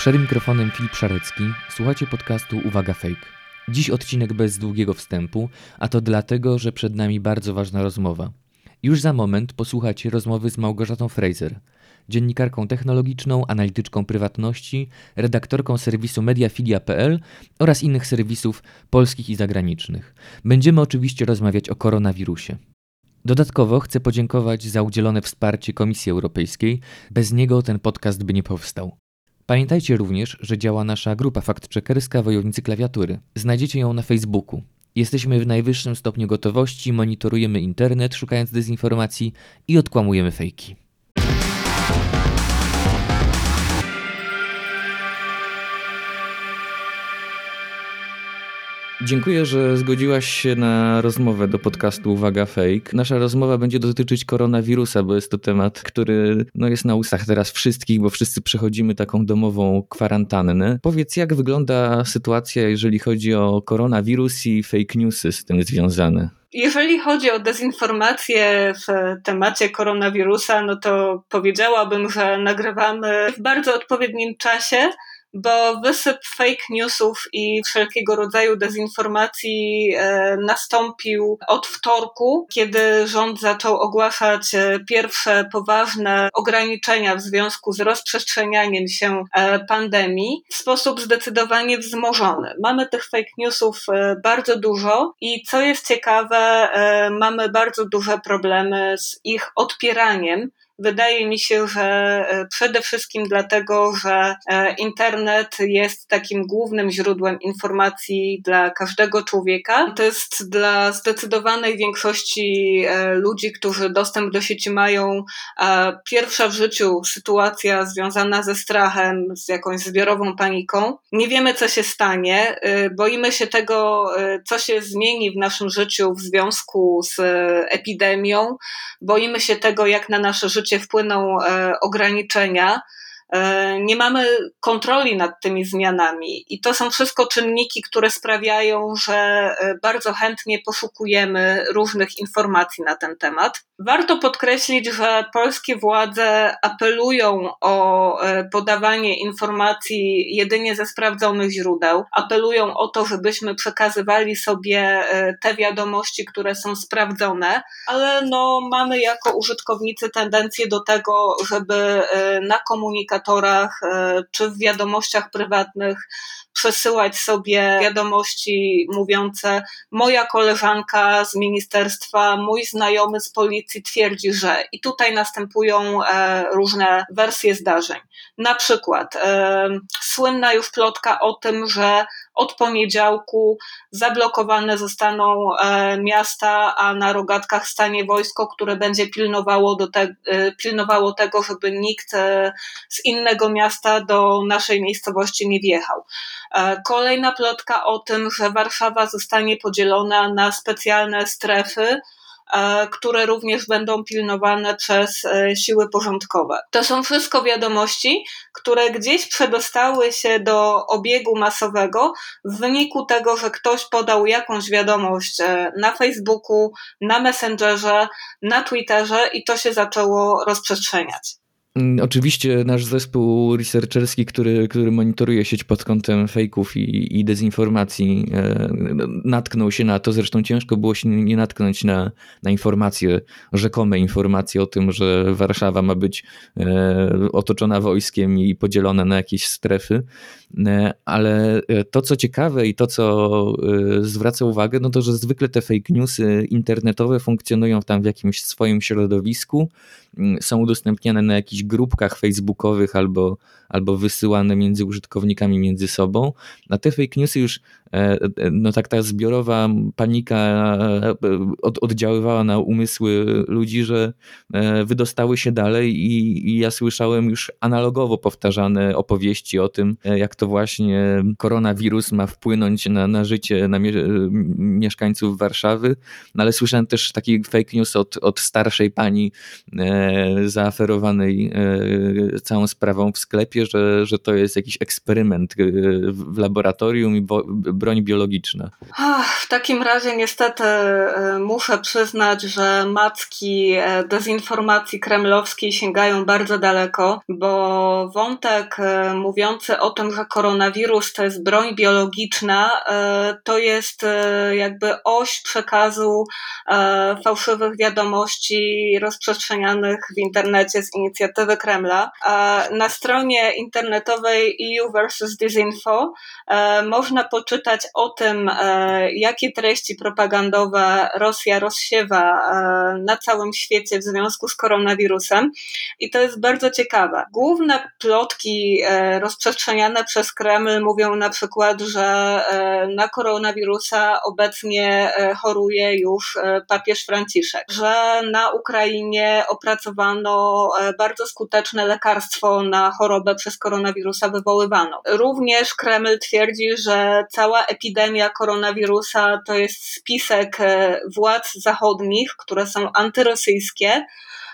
Przed mikrofonem Filip Szarecki, słuchacie podcastu Uwaga Fake. Dziś odcinek bez długiego wstępu, a to dlatego, że przed nami bardzo ważna rozmowa. Już za moment posłuchacie rozmowy z Małgorzatą Fraser, dziennikarką technologiczną, analityczką prywatności, redaktorką serwisu mediafilia.pl oraz innych serwisów polskich i zagranicznych. Będziemy oczywiście rozmawiać o koronawirusie. Dodatkowo chcę podziękować za udzielone wsparcie Komisji Europejskiej. Bez niego ten podcast by nie powstał. Pamiętajcie również, że działa nasza grupa fact-checkerska Wojownicy Klawiatury. Znajdziecie ją na Facebooku. Jesteśmy w najwyższym stopniu gotowości, monitorujemy internet, szukając dezinformacji i odkłamujemy fejki. Dziękuję, że zgodziłaś się na rozmowę do podcastu Uwaga Fake. Nasza rozmowa będzie dotyczyć koronawirusa, bo jest to temat, który jest na ustach teraz wszystkich, bo wszyscy przechodzimy taką domową kwarantannę. Powiedz, jak wygląda sytuacja, jeżeli chodzi o koronawirus i fake newsy z tym związane? Jeżeli chodzi o dezinformację w temacie koronawirusa, no to powiedziałabym, że nagrywamy w bardzo odpowiednim czasie, bo wysyp fake newsów i wszelkiego rodzaju dezinformacji nastąpił od wtorku, kiedy rząd zaczął ogłaszać pierwsze poważne ograniczenia w związku z rozprzestrzenianiem się pandemii w sposób zdecydowanie wzmożony. Mamy tych fake newsów bardzo dużo i co jest ciekawe, mamy bardzo duże problemy z ich odpieraniem. Wydaje mi się, że przede wszystkim dlatego, że internet jest takim głównym źródłem informacji dla każdego człowieka. To jest dla zdecydowanej większości ludzi, którzy dostęp do sieci mają, pierwsza w życiu sytuacja związana ze strachem, z jakąś zbiorową paniką. Nie wiemy, co się stanie. Boimy się tego, co się zmieni w naszym życiu w związku z epidemią. Boimy się tego, jak na nasze życie wpłyną ograniczenia. Nie mamy kontroli nad tymi zmianami i to są wszystko czynniki, które sprawiają, że bardzo chętnie poszukujemy różnych informacji na ten temat. Warto podkreślić, że polskie władze apelują o podawanie informacji jedynie ze sprawdzonych źródeł. Apelują o to, żebyśmy przekazywali sobie te wiadomości, które są sprawdzone, ale mamy jako użytkownicy tendencję do tego, żeby na komunikatorach czy w wiadomościach prywatnych przesyłać sobie wiadomości mówiące: moja koleżanka z ministerstwa, mój znajomy z policji twierdzi, że... I tutaj następują różne wersje zdarzeń. Na przykład słynna już plotka o tym, że od poniedziałku zablokowane zostaną miasta, a na rogatkach stanie wojsko, które będzie pilnowało tego, żeby nikt z innego miasta do naszej miejscowości nie wjechał. Kolejna plotka o tym, że Warszawa zostanie podzielona na specjalne strefy, które również będą pilnowane przez siły porządkowe. To są wszystko wiadomości, które gdzieś przedostały się do obiegu masowego w wyniku tego, że ktoś podał jakąś wiadomość na Facebooku, na Messengerze, na Twitterze i to się zaczęło rozprzestrzeniać. Oczywiście nasz zespół researcherski, który monitoruje sieć pod kątem fejków i dezinformacji, natknął się na to. Zresztą ciężko było się nie natknąć na informacje, rzekome informacje o tym, że Warszawa ma być otoczona wojskiem i podzielona na jakieś strefy. Ale to, co ciekawe i to, co zwraca uwagę, to, że zwykle te fake newsy internetowe funkcjonują tam w jakimś swoim środowisku, są udostępniane na jakichś grupkach facebookowych albo wysyłane między użytkownikami między sobą. A te fake newsy już ta zbiorowa panika oddziaływała na umysły ludzi, że wydostały się dalej i ja słyszałem już analogowo powtarzane opowieści o tym, jak to właśnie koronawirus ma wpłynąć na życie mieszkańców Warszawy, ale słyszałem też taki fake news od starszej pani zaaferowanej całą sprawą w sklepie, że to jest jakiś eksperyment w laboratorium i broń biologiczna. W takim razie niestety muszę przyznać, że macki dezinformacji kremlowskiej sięgają bardzo daleko, bo wątek mówiący o tym, że koronawirus to jest broń biologiczna, to jest jakby oś przekazu fałszywych wiadomości rozprzestrzenianych w internecie z inicjatywy Kremla. Na stronie internetowej EU vs. Disinfo można poczytać o tym, jakie treści propagandowe Rosja rozsiewa na całym świecie w związku z koronawirusem i to jest bardzo ciekawe. Główne plotki rozprzestrzeniane przez Kreml mówią na przykład, że na koronawirusa obecnie choruje już papież Franciszek, że na Ukrainie opracowano bardzo skuteczne lekarstwo na chorobę przez koronawirusa wywoływaną. Również Kreml twierdzi, że cała epidemia koronawirusa to jest spisek władz zachodnich, które są antyrosyjskie,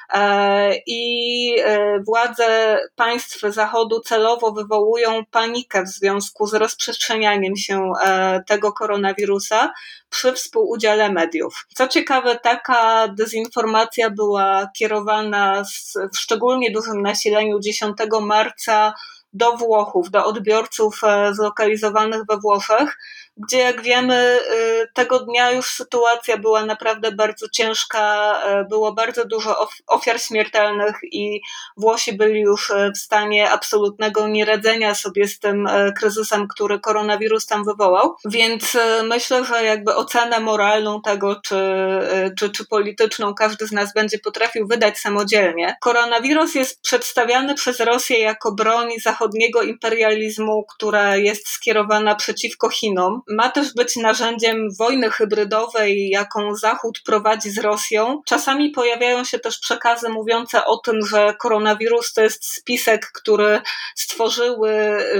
i władze państw Zachodu celowo wywołują panikę w związku z rozprzestrzenianiem się tego koronawirusa przy współudziale mediów. Co ciekawe, taka dezinformacja była kierowana w szczególnie dużym nasileniu 10 marca do Włochów, do odbiorców zlokalizowanych we Włoszech, gdzie jak wiemy tego dnia już sytuacja była naprawdę bardzo ciężka, było bardzo dużo ofiar śmiertelnych i Włosi byli już w stanie absolutnego nieradzenia sobie z tym kryzysem, który koronawirus tam wywołał, więc myślę, że jakby ocenę moralną tego, czy polityczną każdy z nas będzie potrafił wydać samodzielnie. Koronawirus jest przedstawiany przez Rosję jako broń zachodniego imperializmu, która jest skierowana przeciwko Chinom. Ma też być narzędziem wojny hybrydowej, jaką Zachód prowadzi z Rosją. Czasami pojawiają się też przekazy mówiące o tym, że koronawirus to jest spisek, który stworzyły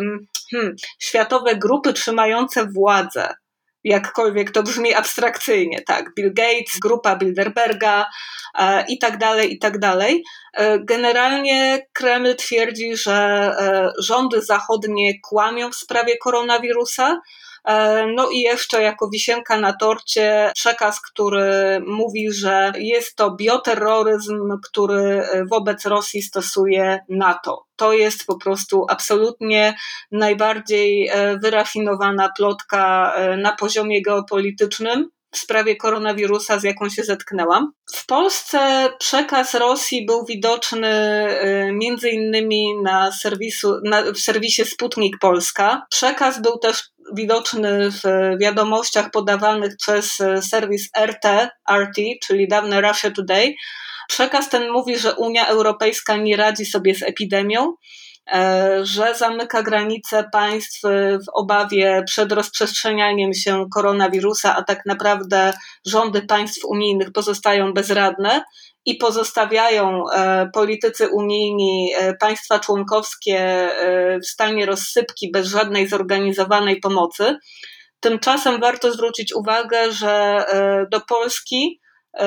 światowe grupy trzymające władzę. Jakkolwiek to brzmi abstrakcyjnie, tak, Bill Gates, grupa Bilderberga i tak dalej, i tak dalej. Generalnie Kreml twierdzi, że rządy zachodnie kłamią w sprawie koronawirusa. No i jeszcze jako wisienka na torcie przekaz, który mówi, że jest to bioterroryzm, który wobec Rosji stosuje NATO. To jest po prostu absolutnie najbardziej wyrafinowana plotka na poziomie geopolitycznym w sprawie koronawirusa, z jaką się zetknęłam. W Polsce przekaz Rosji był widoczny między innymi w serwisie Sputnik Polska. Przekaz był też widoczny w wiadomościach podawanych przez serwis RT, czyli dawne Russia Today. Przekaz ten mówi, że Unia Europejska nie radzi sobie z epidemią, że zamyka granice państw w obawie przed rozprzestrzenianiem się koronawirusa, a tak naprawdę rządy państw unijnych pozostają bezradne i pozostawiają politycy unijni państwa członkowskie w stanie rozsypki bez żadnej zorganizowanej pomocy. Tymczasem warto zwrócić uwagę, że do Polski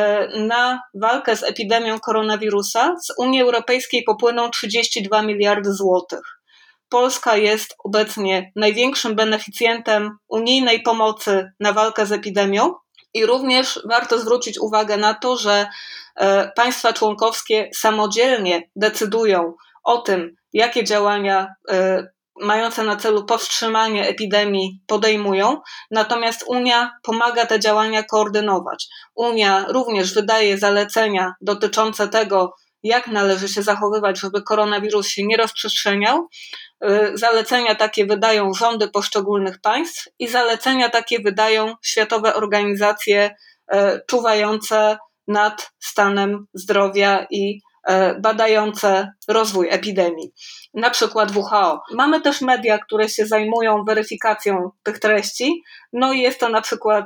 na walkę z epidemią koronawirusa z Unii Europejskiej popłyną 32 miliardy złotych. Polska jest obecnie największym beneficjentem unijnej pomocy na walkę z epidemią i również warto zwrócić uwagę na to, że państwa członkowskie samodzielnie decydują o tym, jakie działania mające na celu powstrzymanie epidemii podejmują, natomiast Unia pomaga te działania koordynować. Unia również wydaje zalecenia dotyczące tego, jak należy się zachowywać, żeby koronawirus się nie rozprzestrzeniał. Zalecenia takie wydają rządy poszczególnych państw i zalecenia takie wydają światowe organizacje czuwające nad stanem zdrowia i badające rozwój epidemii, na przykład WHO. Mamy też media, które się zajmują weryfikacją tych treści, no i jest to na przykład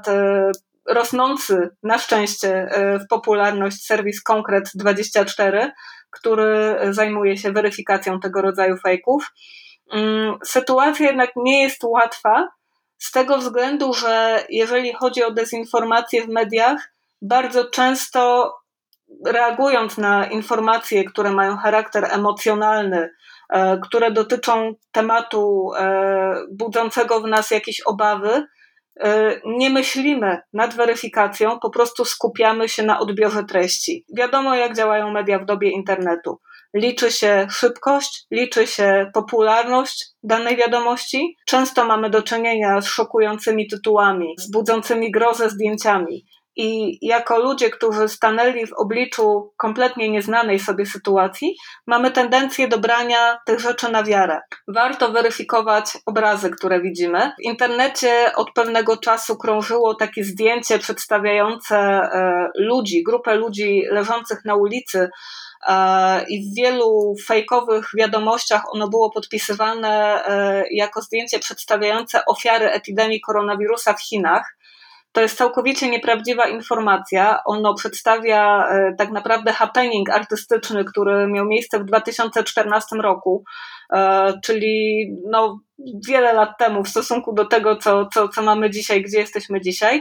rosnący na szczęście w popularność serwis Konkret24, który zajmuje się weryfikacją tego rodzaju fejków. Sytuacja jednak nie jest łatwa z tego względu, że jeżeli chodzi o dezinformację w mediach, bardzo często reagując na informacje, które mają charakter emocjonalny, które dotyczą tematu budzącego w nas jakieś obawy, nie myślimy nad weryfikacją, po prostu skupiamy się na odbiorze treści. Wiadomo, jak działają media w dobie internetu. Liczy się szybkość, liczy się popularność danej wiadomości. Często mamy do czynienia z szokującymi tytułami, z budzącymi grozę zdjęciami. I jako ludzie, którzy stanęli w obliczu kompletnie nieznanej sobie sytuacji, mamy tendencję do brania tych rzeczy na wiarę. Warto weryfikować obrazy, które widzimy. W internecie od pewnego czasu krążyło takie zdjęcie przedstawiające grupę ludzi leżących na ulicy, i w wielu fejkowych wiadomościach ono było podpisywane jako zdjęcie przedstawiające ofiary epidemii koronawirusa w Chinach. To jest całkowicie nieprawdziwa informacja. Ono przedstawia tak naprawdę happening artystyczny, który miał miejsce w 2014 roku, czyli wiele lat temu w stosunku do tego, co mamy dzisiaj, gdzie jesteśmy dzisiaj.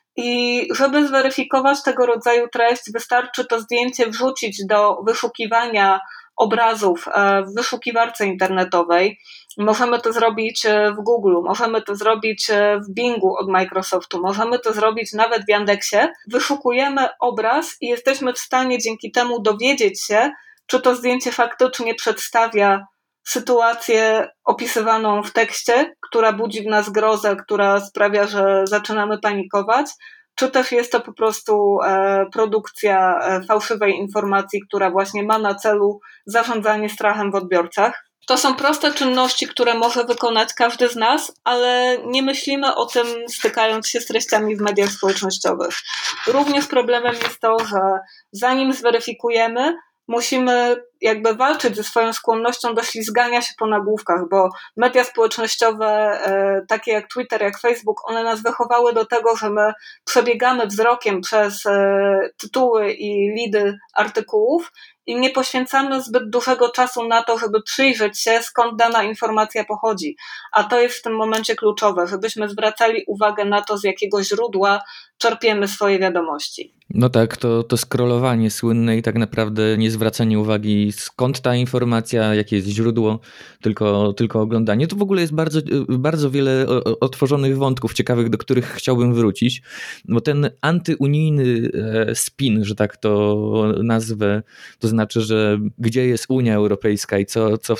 I żeby zweryfikować tego rodzaju treść, wystarczy to zdjęcie wrzucić do wyszukiwania obrazów w wyszukiwarce internetowej. Możemy to zrobić w Google, możemy to zrobić w Bingu od Microsoftu, możemy to zrobić nawet w Yandexie. Wyszukujemy obraz i jesteśmy w stanie dzięki temu dowiedzieć się, czy to zdjęcie faktycznie przedstawia sytuację opisywaną w tekście, która budzi w nas grozę, która sprawia, że zaczynamy panikować, czy też jest to po prostu produkcja fałszywej informacji, która właśnie ma na celu zarządzanie strachem w odbiorcach. To są proste czynności, które może wykonać każdy z nas, ale nie myślimy o tym, stykając się z treściami w mediach społecznościowych. Również problemem jest to, że zanim zweryfikujemy, musimy jakby walczyć ze swoją skłonnością do ślizgania się po nagłówkach, bo media społecznościowe, takie jak Twitter, jak Facebook, one nas wychowały do tego, że my przebiegamy wzrokiem przez tytuły i lidy artykułów i nie poświęcamy zbyt dużego czasu na to, żeby przyjrzeć się, skąd dana informacja pochodzi. A to jest w tym momencie kluczowe, żebyśmy zwracali uwagę na to, z jakiego źródła czerpiemy swoje wiadomości. No tak, to scrollowanie słynne i tak naprawdę nie zwracanie uwagi, skąd ta informacja, jakie jest źródło, tylko oglądanie. To w ogóle jest bardzo, bardzo wiele otworzonych wątków ciekawych, do których chciałbym wrócić, bo ten antyunijny spin, że tak to nazwę, to znaczy, że gdzie jest Unia Europejska i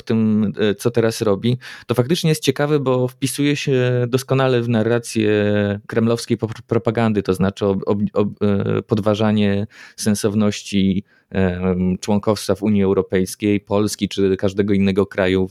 co teraz robi, to faktycznie jest ciekawe, bo wpisuje się doskonale w narrację kremlowskiej propagandy, to znaczy podważanie sensowności członkostwa w Unii Europejskiej, Polski czy każdego innego kraju,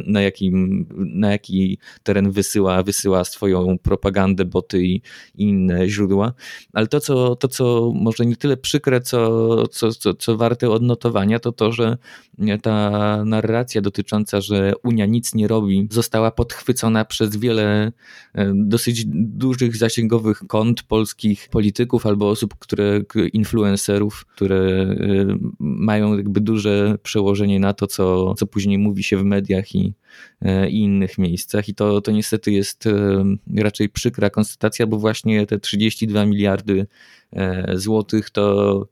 na jaki teren wysyła swoją propagandę, boty i inne źródła. Ale to, co może nie tyle przykre, co warte odnotowania, to, że ta narracja dotycząca, że Unia nic nie robi, została podchwycona przez wiele dosyć dużych, zasięgowych kont polskich polityków albo osób, influencerów, które mają jakby duże przełożenie na to, co później mówi się w mediach i innych miejscach. I to niestety jest raczej przykra konstatacja, bo właśnie te 32 miliardy złotych to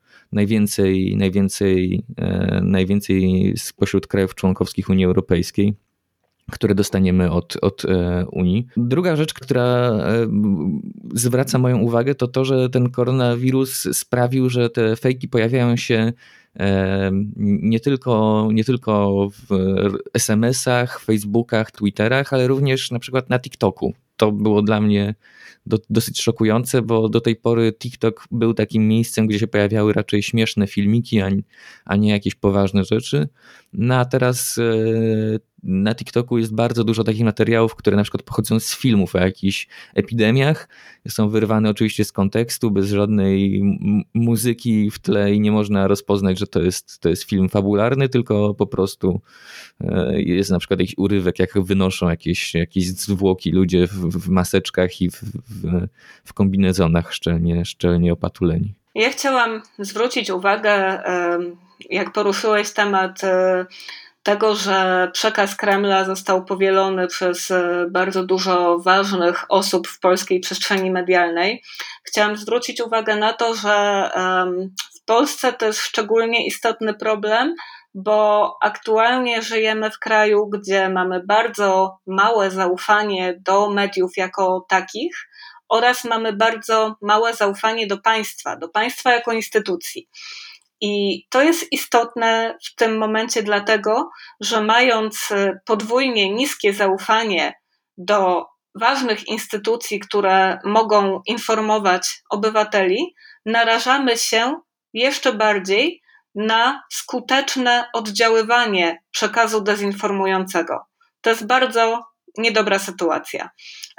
najwięcej spośród krajów członkowskich Unii Europejskiej, które dostaniemy od Unii. Druga rzecz, która zwraca moją uwagę, to, że ten koronawirus sprawił, że te fejki pojawiają się nie tylko w SMS-ach, Facebookach, Twitterach, ale również na przykład na TikToku. To było dla mnie dosyć szokujące, bo do tej pory TikTok był takim miejscem, gdzie się pojawiały raczej śmieszne filmiki, a nie jakieś poważne rzeczy. No a teraz na TikToku jest bardzo dużo takich materiałów, które na przykład pochodzą z filmów o jakichś epidemiach. Są wyrwane oczywiście z kontekstu, bez żadnej muzyki w tle i nie można rozpoznać, że to jest film fabularny, tylko po prostu jest na przykład jakiś urywek, jak wynoszą jakieś zwłoki ludzie w maseczkach i w kombinezonach szczelnie opatuleni. Ja chciałam zwrócić uwagę, jak poruszyłeś temat tego, że przekaz Kremla został powielony przez bardzo dużo ważnych osób w polskiej przestrzeni medialnej. Chciałam zwrócić uwagę na to, że w Polsce to jest szczególnie istotny problem, bo aktualnie żyjemy w kraju, gdzie mamy bardzo małe zaufanie do mediów jako takich oraz mamy bardzo małe zaufanie do państwa jako instytucji. I to jest istotne w tym momencie dlatego, że mając podwójnie niskie zaufanie do ważnych instytucji, które mogą informować obywateli, narażamy się jeszcze bardziej na skuteczne oddziaływanie przekazu dezinformującego. To jest bardzo niedobra sytuacja.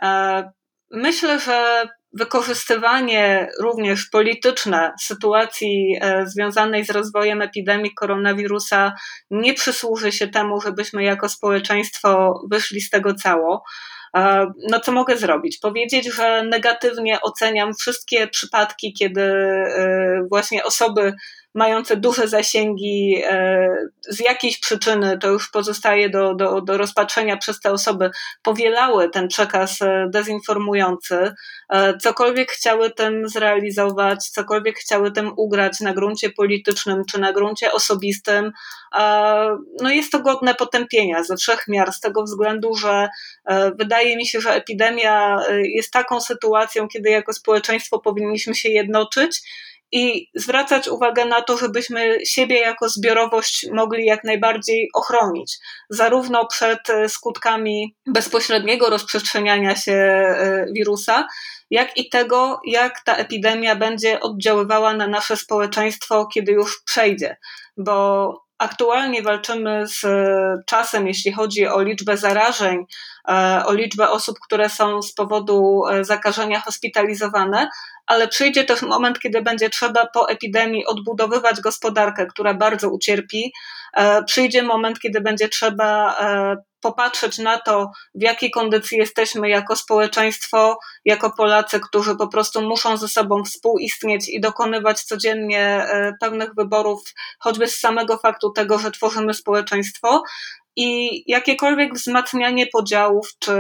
Myślę, że wykorzystywanie również polityczne sytuacji związanej z rozwojem epidemii koronawirusa nie przysłuży się temu, żebyśmy jako społeczeństwo wyszli z tego cało. No co mogę zrobić? Powiedzieć, że negatywnie oceniam wszystkie przypadki, kiedy właśnie osoby mające duże zasięgi z jakiejś przyczyny, to już pozostaje do rozpatrzenia przez te osoby, powielały ten przekaz dezinformujący, cokolwiek chciały tym zrealizować, cokolwiek chciały tym ugrać na gruncie politycznym czy na gruncie osobistym, no jest to godne potępienia ze wszech miar, z tego względu, że wydaje mi się, że epidemia jest taką sytuacją, kiedy jako społeczeństwo powinniśmy się jednoczyć i zwracać uwagę na to, żebyśmy siebie jako zbiorowość mogli jak najbardziej ochronić, zarówno przed skutkami bezpośredniego rozprzestrzeniania się wirusa, jak i tego, jak ta epidemia będzie oddziaływała na nasze społeczeństwo, kiedy już przejdzie, bo aktualnie walczymy z czasem, jeśli chodzi o liczbę zarażeń, o liczbę osób, które są z powodu zakażenia hospitalizowane, ale przyjdzie też moment, kiedy będzie trzeba po epidemii odbudowywać gospodarkę, która bardzo ucierpi. Przyjdzie moment, kiedy będzie trzeba popatrzeć na to, w jakiej kondycji jesteśmy jako społeczeństwo, jako Polacy, którzy po prostu muszą ze sobą współistnieć i dokonywać codziennie pewnych wyborów, choćby z samego faktu tego, że tworzymy społeczeństwo. I jakiekolwiek wzmacnianie podziałów, czy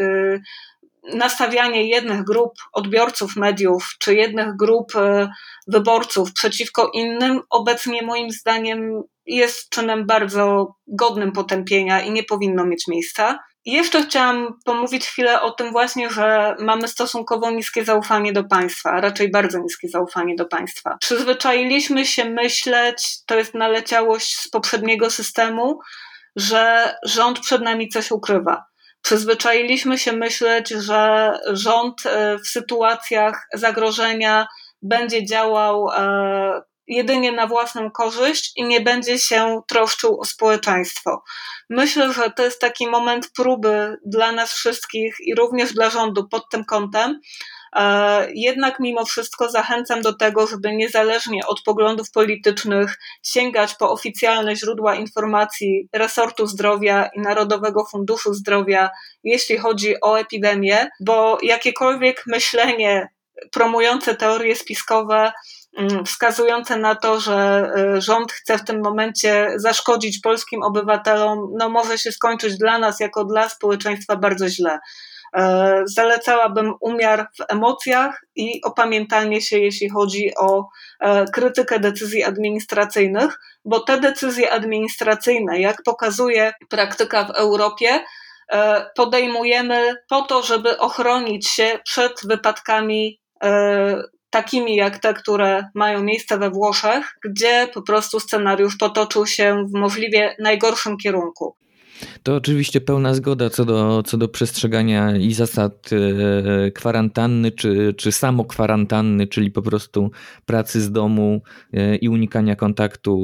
nastawianie jednych grup odbiorców mediów, czy jednych grup wyborców przeciwko innym, obecnie moim zdaniem jest czynem bardzo godnym potępienia i nie powinno mieć miejsca. I jeszcze chciałam pomówić chwilę o tym właśnie, że mamy stosunkowo niskie zaufanie do państwa, a raczej bardzo niskie zaufanie do państwa. Przyzwyczailiśmy się myśleć, to jest naleciałość z poprzedniego systemu, że rząd przed nami coś ukrywa. Przyzwyczailiśmy się myśleć, że rząd w sytuacjach zagrożenia będzie działał jedynie na własną korzyść i nie będzie się troszczył o społeczeństwo. Myślę, że to jest taki moment próby dla nas wszystkich i również dla rządu pod tym kątem. Jednak mimo wszystko zachęcam do tego, żeby niezależnie od poglądów politycznych sięgać po oficjalne źródła informacji resortu zdrowia i Narodowego Funduszu Zdrowia, jeśli chodzi o epidemię, bo jakiekolwiek myślenie promujące teorie spiskowe, wskazujące na to, że rząd chce w tym momencie zaszkodzić polskim obywatelom, no może się skończyć dla nas jako dla społeczeństwa bardzo źle. Zalecałabym umiar w emocjach i opamiętanie się, jeśli chodzi o krytykę decyzji administracyjnych, bo te decyzje administracyjne, jak pokazuje praktyka w Europie, podejmujemy po to, żeby ochronić się przed wypadkami takimi jak te, które mają miejsce we Włoszech, gdzie po prostu scenariusz potoczył się w możliwie najgorszym kierunku. To oczywiście pełna zgoda co do przestrzegania i zasad kwarantanny czy samokwarantanny, czyli po prostu pracy z domu i unikania kontaktu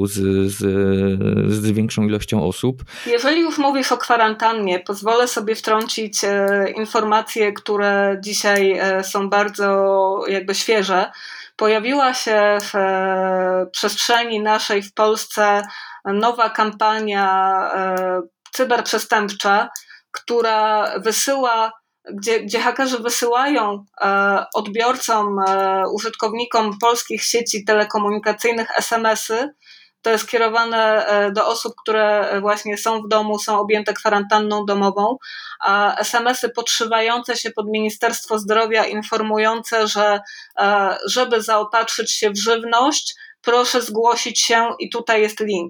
z większą ilością osób. Jeżeli już mówisz o kwarantannie, pozwolę sobie wtrącić informacje, które dzisiaj są bardzo jakby świeże. Pojawiła się w przestrzeni naszej w Polsce nowa kampania cyberprzestępcza, która wysyła, gdzie hakerzy wysyłają odbiorcom, użytkownikom polskich sieci telekomunikacyjnych SMS-y. To jest kierowane do osób, które właśnie są w domu, są objęte kwarantanną domową, a SMS-y podszywające się pod Ministerstwo Zdrowia, informujące, że żeby zaopatrzyć się w żywność, proszę zgłosić się i tutaj jest link.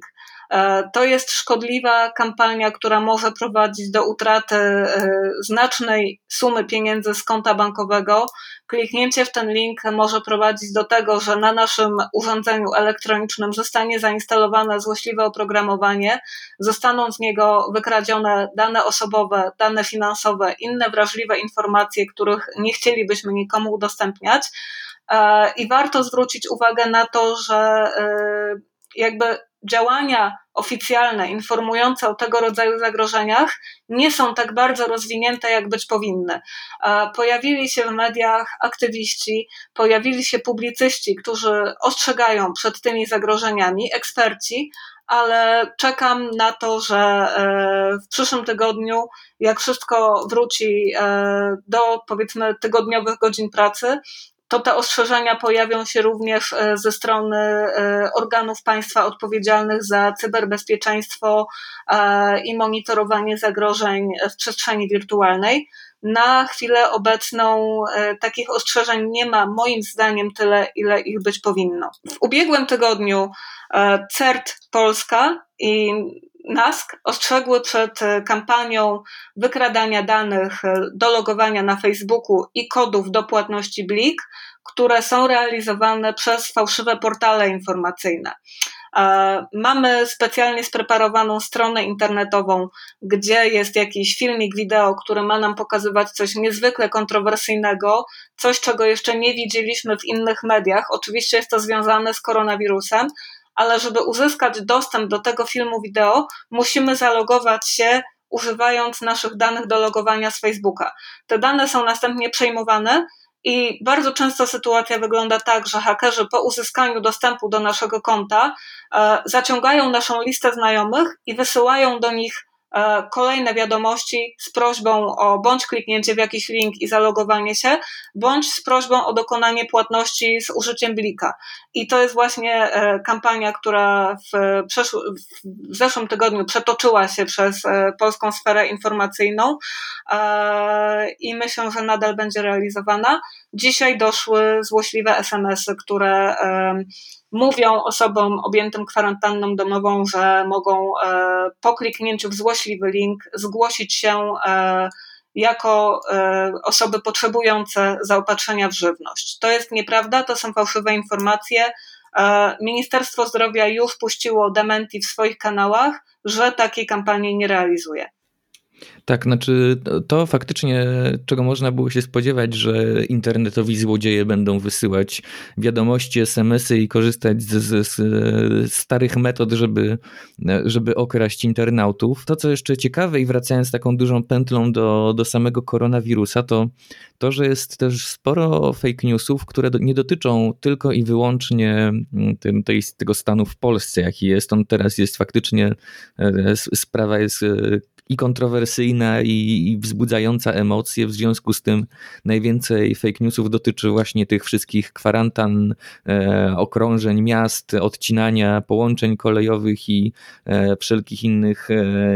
To jest szkodliwa kampania, która może prowadzić do utraty znacznej sumy pieniędzy z konta bankowego. Kliknięcie w ten link może prowadzić do tego, że na naszym urządzeniu elektronicznym zostanie zainstalowane złośliwe oprogramowanie, zostaną z niego wykradzione dane osobowe, dane finansowe, inne wrażliwe informacje, których nie chcielibyśmy nikomu udostępniać. I warto zwrócić uwagę na to, że jakby działania oficjalne informujące o tego rodzaju zagrożeniach nie są tak bardzo rozwinięte, jak być powinny. Pojawili się w mediach aktywiści, pojawili się publicyści, którzy ostrzegają przed tymi zagrożeniami, eksperci, ale czekam na to, że w przyszłym tygodniu, jak wszystko wróci do, powiedzmy, tygodniowych godzin pracy, to te ostrzeżenia pojawią się również ze strony organów państwa odpowiedzialnych za cyberbezpieczeństwo i monitorowanie zagrożeń w przestrzeni wirtualnej. Na chwilę obecną takich ostrzeżeń nie ma, moim zdaniem, tyle, ile ich być powinno. W ubiegłym tygodniu CERT Polska i NASK ostrzegły przed kampanią wykradania danych do logowania na Facebooku i kodów do płatności Blik, które są realizowane przez fałszywe portale informacyjne. Mamy specjalnie spreparowaną stronę internetową, gdzie jest jakiś filmik wideo, który ma nam pokazywać coś niezwykle kontrowersyjnego, coś, czego jeszcze nie widzieliśmy w innych mediach. Oczywiście jest to związane z koronawirusem, ale żeby uzyskać dostęp do tego filmu wideo, musimy zalogować się używając naszych danych do logowania z Facebooka. Te dane są następnie przejmowane i bardzo często sytuacja wygląda tak, że hakerzy po uzyskaniu dostępu do naszego konta zaciągają naszą listę znajomych i wysyłają do nich kolejne wiadomości z prośbą o bądź kliknięcie w jakiś link i zalogowanie się, bądź z prośbą o dokonanie płatności z użyciem Blika. I to jest właśnie kampania, która w zeszłym tygodniu przetoczyła się przez polską sferę informacyjną i myślę, że nadal będzie realizowana. Dzisiaj doszły złośliwe SMS-y, które mówią osobom objętym kwarantanną domową, że mogą po kliknięciu w złośliwy link zgłosić się jako osoby potrzebujące zaopatrzenia w żywność. To jest nieprawda, to są fałszywe informacje. Ministerstwo Zdrowia już puściło dementi w swoich kanałach, że takiej kampanii nie realizuje. Tak, znaczy to faktycznie, czego można było się spodziewać, że internetowi złodzieje będą wysyłać wiadomości, SMS-y i korzystać z starych metod, żeby okraść internautów. To, co jeszcze ciekawe i wracając taką dużą pętlą do samego koronawirusa, to, że jest też sporo fake newsów, które nie dotyczą tylko i wyłącznie tego stanu w Polsce, jaki jest. On teraz jest faktycznie, sprawa jest i kontrowersyjna i wzbudzająca emocje. W związku z tym najwięcej fake newsów dotyczy właśnie tych wszystkich kwarantan, okrążeń miast, odcinania połączeń kolejowych i wszelkich innych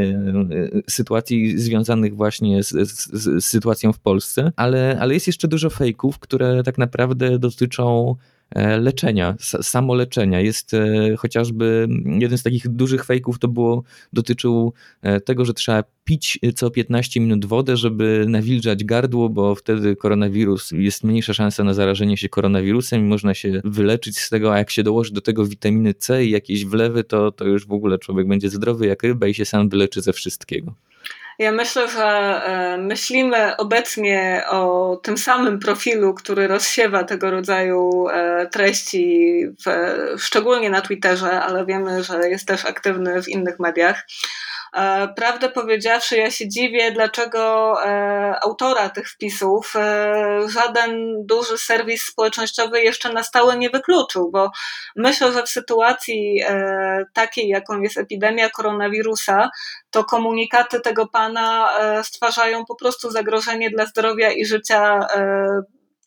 sytuacji związanych właśnie z sytuacją w Polsce. Ale jest jeszcze dużo fejków, które tak naprawdę dotyczą leczenia, samoleczenia. Jest chociażby jeden z takich dużych fejków dotyczył tego, że trzeba pić co 15 minut wodę, żeby nawilżać gardło, bo wtedy jest mniejsza szansa na zarażenie się koronawirusem i można się wyleczyć z tego, a jak się dołoży do tego witaminy C i jakieś wlewy, to już w ogóle człowiek będzie zdrowy jak ryba i się sam wyleczy ze wszystkiego. Ja myślę, że myślimy obecnie o tym samym profilu, który rozsiewa tego rodzaju treści, szczególnie na Twitterze, ale wiemy, że jest też aktywny w innych mediach. Prawdę powiedziawszy, ja się dziwię, dlaczego autora tych wpisów żaden duży serwis społecznościowy jeszcze na stałe nie wykluczył, bo myślę, że w sytuacji takiej, jaką jest epidemia koronawirusa, to komunikaty tego pana stwarzają po prostu zagrożenie dla zdrowia i życia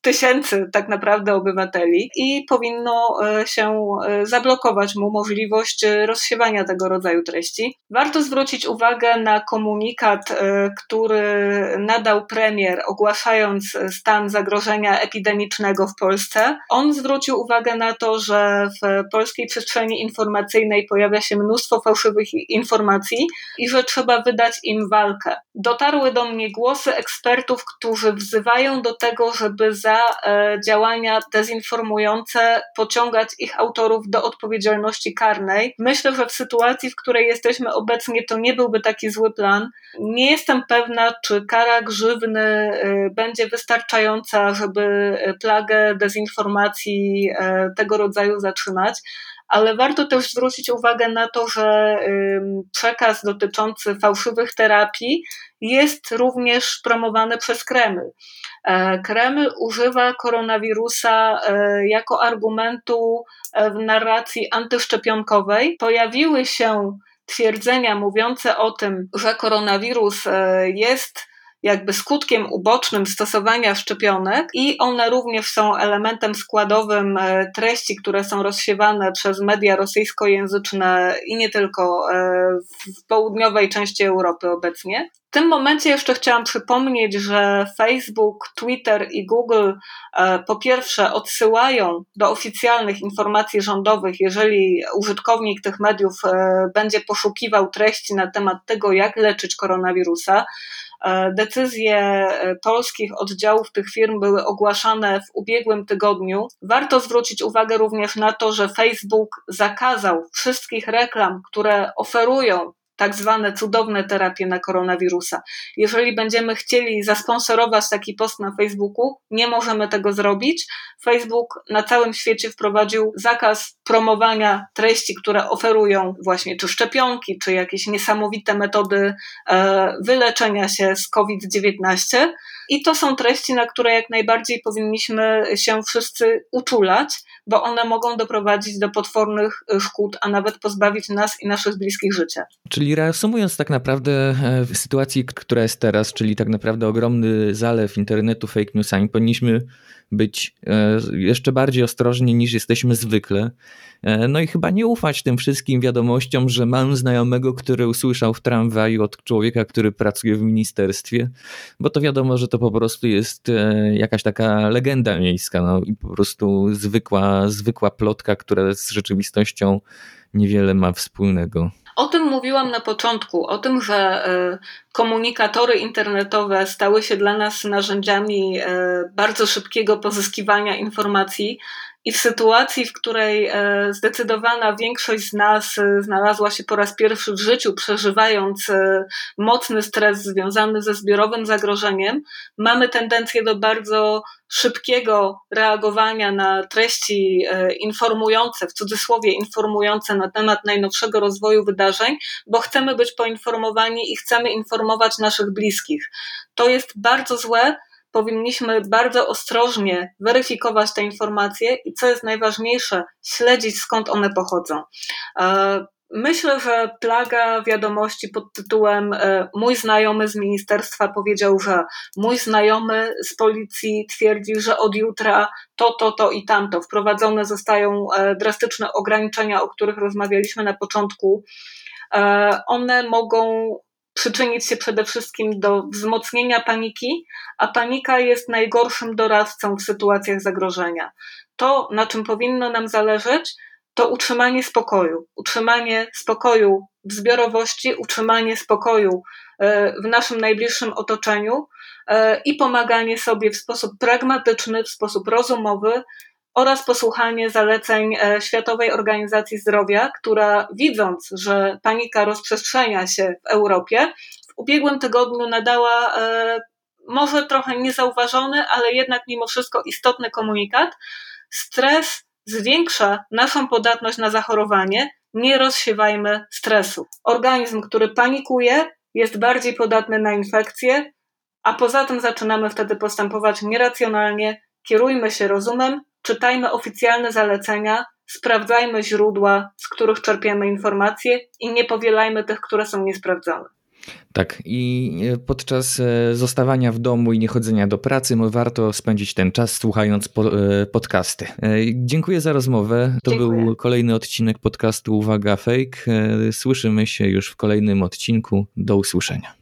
tysięcy tak naprawdę obywateli i powinno się zablokować mu możliwość rozsiewania tego rodzaju treści. Warto zwrócić uwagę na komunikat, który nadał premier, ogłaszając stan zagrożenia epidemicznego w Polsce. On zwrócił uwagę na to, że w polskiej przestrzeni informacyjnej pojawia się mnóstwo fałszywych informacji i że trzeba wydać im walkę. Dotarły do mnie głosy ekspertów, którzy wzywają do tego, żeby za działania dezinformujące pociągać ich autorów do odpowiedzialności karnej. Myślę, że w sytuacji, w której jesteśmy obecnie, to nie byłby taki zły plan. Nie jestem pewna, czy kara grzywny będzie wystarczająca, żeby plagę dezinformacji tego rodzaju zatrzymać. Ale warto też zwrócić uwagę na to, że przekaz dotyczący fałszywych terapii jest również promowany przez Kreml. Kreml używa koronawirusa jako argumentu w narracji antyszczepionkowej. Pojawiły się twierdzenia mówiące o tym, że koronawirus jest jakby skutkiem ubocznym stosowania szczepionek i one również są elementem składowym treści, które są rozsiewane przez media rosyjskojęzyczne i nie tylko w południowej części Europy obecnie. W tym momencie jeszcze chciałam przypomnieć, że Facebook, Twitter i Google po pierwsze odsyłają do oficjalnych informacji rządowych, jeżeli użytkownik tych mediów będzie poszukiwał treści na temat tego, jak leczyć koronawirusa. Decyzje polskich oddziałów tych firm były ogłaszane w ubiegłym tygodniu. Warto zwrócić uwagę również na to, że Facebook zakazał wszystkich reklam, które oferują tak zwane cudowne terapie na koronawirusa. Jeżeli będziemy chcieli zasponsorować taki post na Facebooku, nie możemy tego zrobić. Facebook na całym świecie wprowadził zakaz promowania treści, które oferują właśnie czy szczepionki, czy jakieś niesamowite metody wyleczenia się z COVID-19. I to są treści, na które jak najbardziej powinniśmy się wszyscy uczulać, bo one mogą doprowadzić do potwornych szkód, a nawet pozbawić nas i naszych bliskich życia. Czyli reasumując tak naprawdę w sytuacji, która jest teraz, czyli tak naprawdę ogromny zalew internetu fake newsami, powinniśmy być jeszcze bardziej ostrożni niż jesteśmy zwykle. No i chyba nie ufać tym wszystkim wiadomościom, że mam znajomego, który usłyszał w tramwaju od człowieka, który pracuje w ministerstwie, bo to wiadomo, że to po prostu jest jakaś taka legenda miejska, no i po prostu zwykła plotka, która z rzeczywistością niewiele ma wspólnego. O tym mówiłam na początku, o tym, że komunikatory internetowe stały się dla nas narzędziami bardzo szybkiego pozyskiwania informacji i w sytuacji, w której zdecydowana większość z nas znalazła się po raz pierwszy w życiu, przeżywając mocny stres związany ze zbiorowym zagrożeniem, mamy tendencję do bardzo szybkiego reagowania na treści informujące, w cudzysłowie informujące na temat najnowszego rozwoju wydarzeń, bo chcemy być poinformowani i chcemy informować naszych bliskich. To jest bardzo złe. Powinniśmy bardzo ostrożnie weryfikować te informacje i co jest najważniejsze, śledzić skąd one pochodzą. Myślę, że plaga wiadomości pod tytułem mój znajomy z ministerstwa powiedział, że mój znajomy z policji twierdzi, że od jutra to i tamto. Wprowadzone zostają drastyczne ograniczenia, o których rozmawialiśmy na początku. One mogą przyczynić się przede wszystkim do wzmocnienia paniki, a panika jest najgorszym doradcą w sytuacjach zagrożenia. To, na czym powinno nam zależeć, to utrzymanie spokoju w zbiorowości, utrzymanie spokoju w naszym najbliższym otoczeniu i pomaganie sobie w sposób pragmatyczny, w sposób rozumowy oraz posłuchanie zaleceń Światowej Organizacji Zdrowia, która widząc, że panika rozprzestrzenia się w Europie, w ubiegłym tygodniu nadała może trochę niezauważony, ale jednak mimo wszystko istotny komunikat. Stres zwiększa naszą podatność na zachorowanie, nie rozsiewajmy stresu. Organizm, który panikuje, jest bardziej podatny na infekcje, a poza tym zaczynamy wtedy postępować nieracjonalnie, kierujmy się rozumem, czytajmy oficjalne zalecenia, sprawdzajmy źródła, z których czerpiemy informacje i nie powielajmy tych, które są niesprawdzone. Tak, i podczas zostawania w domu i niechodzenia do pracy warto spędzić ten czas słuchając podcasty. Dziękuję za rozmowę. To był kolejny odcinek podcastu Uwaga Fake. Słyszymy się już w kolejnym odcinku. Do usłyszenia.